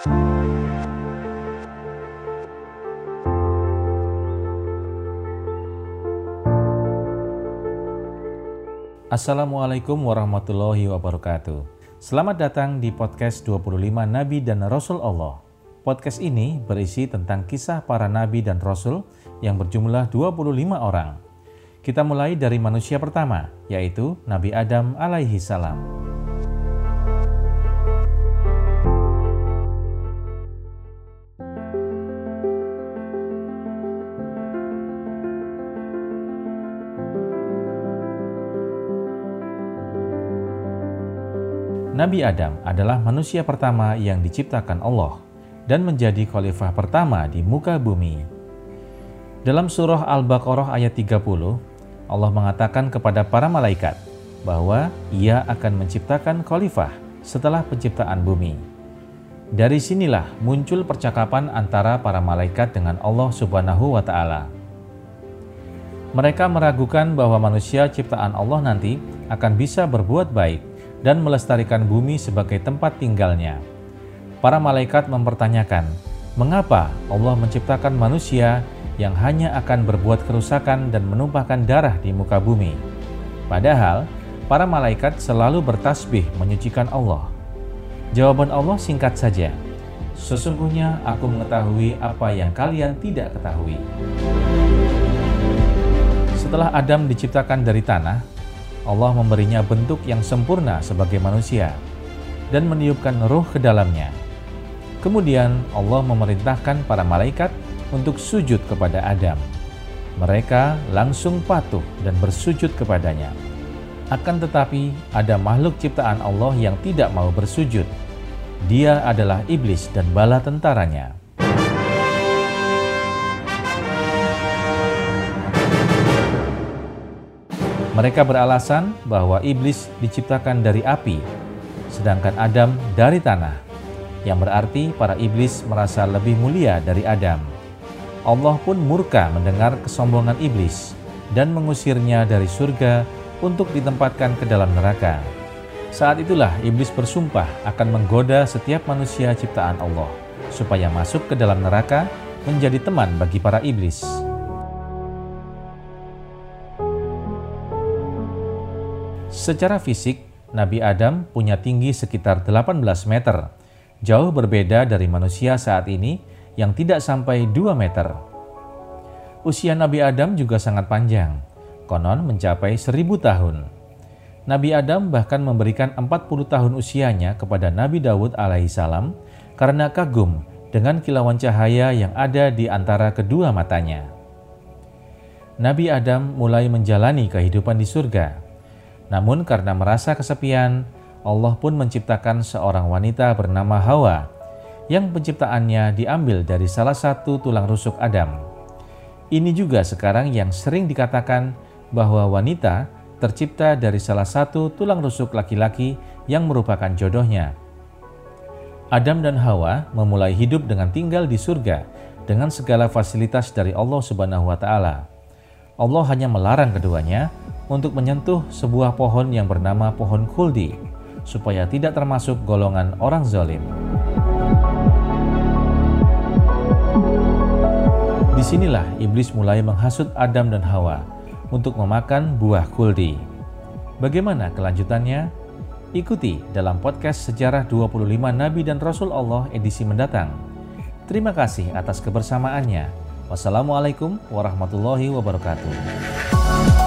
Assalamualaikum warahmatullahi wabarakatuh. Selamat datang di podcast 25 Nabi dan Rasul Allah. Podcast ini berisi tentang kisah para Nabi dan Rasul yang berjumlah 25 orang. Kita mulai dari manusia pertama, yaitu Nabi Adam alaihi salam. Nabi Adam adalah manusia pertama yang diciptakan Allah dan menjadi khalifah pertama di muka bumi. Dalam surah Al-Baqarah ayat 30, Allah mengatakan kepada para malaikat bahwa Ia akan menciptakan khalifah setelah penciptaan bumi. Dari sinilah muncul percakapan antara para malaikat dengan Allah Subhanahu wa Ta'ala. Mereka meragukan bahwa manusia ciptaan Allah nanti akan bisa berbuat baik dan melestarikan bumi sebagai tempat tinggalnya. Para malaikat mempertanyakan, mengapa Allah menciptakan manusia yang hanya akan berbuat kerusakan dan menumpahkan darah di muka bumi? Padahal, para malaikat selalu bertasbih menyucikan Allah. Jawaban Allah singkat saja, sesungguhnya aku mengetahui apa yang kalian tidak ketahui. Setelah Adam diciptakan dari tanah, Allah memberinya bentuk yang sempurna sebagai manusia dan meniupkan ruh ke dalamnya. Kemudian Allah memerintahkan para malaikat untuk sujud kepada Adam. Mereka langsung patuh dan bersujud kepadanya. Akan tetapi ada makhluk ciptaan Allah yang tidak mau bersujud. Dia adalah iblis dan bala tentaranya. Mereka beralasan bahwa iblis diciptakan dari api, sedangkan Adam dari tanah, yang berarti para iblis merasa lebih mulia dari Adam. Allah pun murka mendengar kesombongan iblis dan mengusirnya dari surga untuk ditempatkan ke dalam neraka. Saat itulah iblis bersumpah akan menggoda setiap manusia ciptaan Allah, supaya masuk ke dalam neraka menjadi teman bagi para iblis. Secara fisik, Nabi Adam punya tinggi sekitar 18 meter, jauh berbeda dari manusia saat ini yang tidak sampai 2 meter. Usia Nabi Adam juga sangat panjang, konon mencapai 1000 tahun. Nabi Adam bahkan memberikan 40 tahun usianya kepada Nabi Daud alaihissalam karena kagum dengan kilauan cahaya yang ada di antara kedua matanya. Nabi Adam mulai menjalani kehidupan di surga. Namun karena merasa kesepian, Allah pun menciptakan seorang wanita bernama Hawa yang penciptaannya diambil dari salah satu tulang rusuk Adam. Ini juga sekarang yang sering dikatakan bahwa wanita tercipta dari salah satu tulang rusuk laki-laki yang merupakan jodohnya. Adam dan Hawa memulai hidup dengan tinggal di surga dengan segala fasilitas dari Allah Subhanahu wa Ta'ala. Allah hanya melarang keduanya untuk menyentuh sebuah pohon yang bernama pohon khuldi, supaya tidak termasuk golongan orang zalim. Disinilah iblis mulai menghasut Adam dan Hawa untuk memakan buah khuldi. Bagaimana kelanjutannya? Ikuti dalam podcast Sejarah 25 Nabi dan Rasul Allah edisi mendatang. Terima kasih atas kebersamaannya. Wassalamualaikum warahmatullahi wabarakatuh.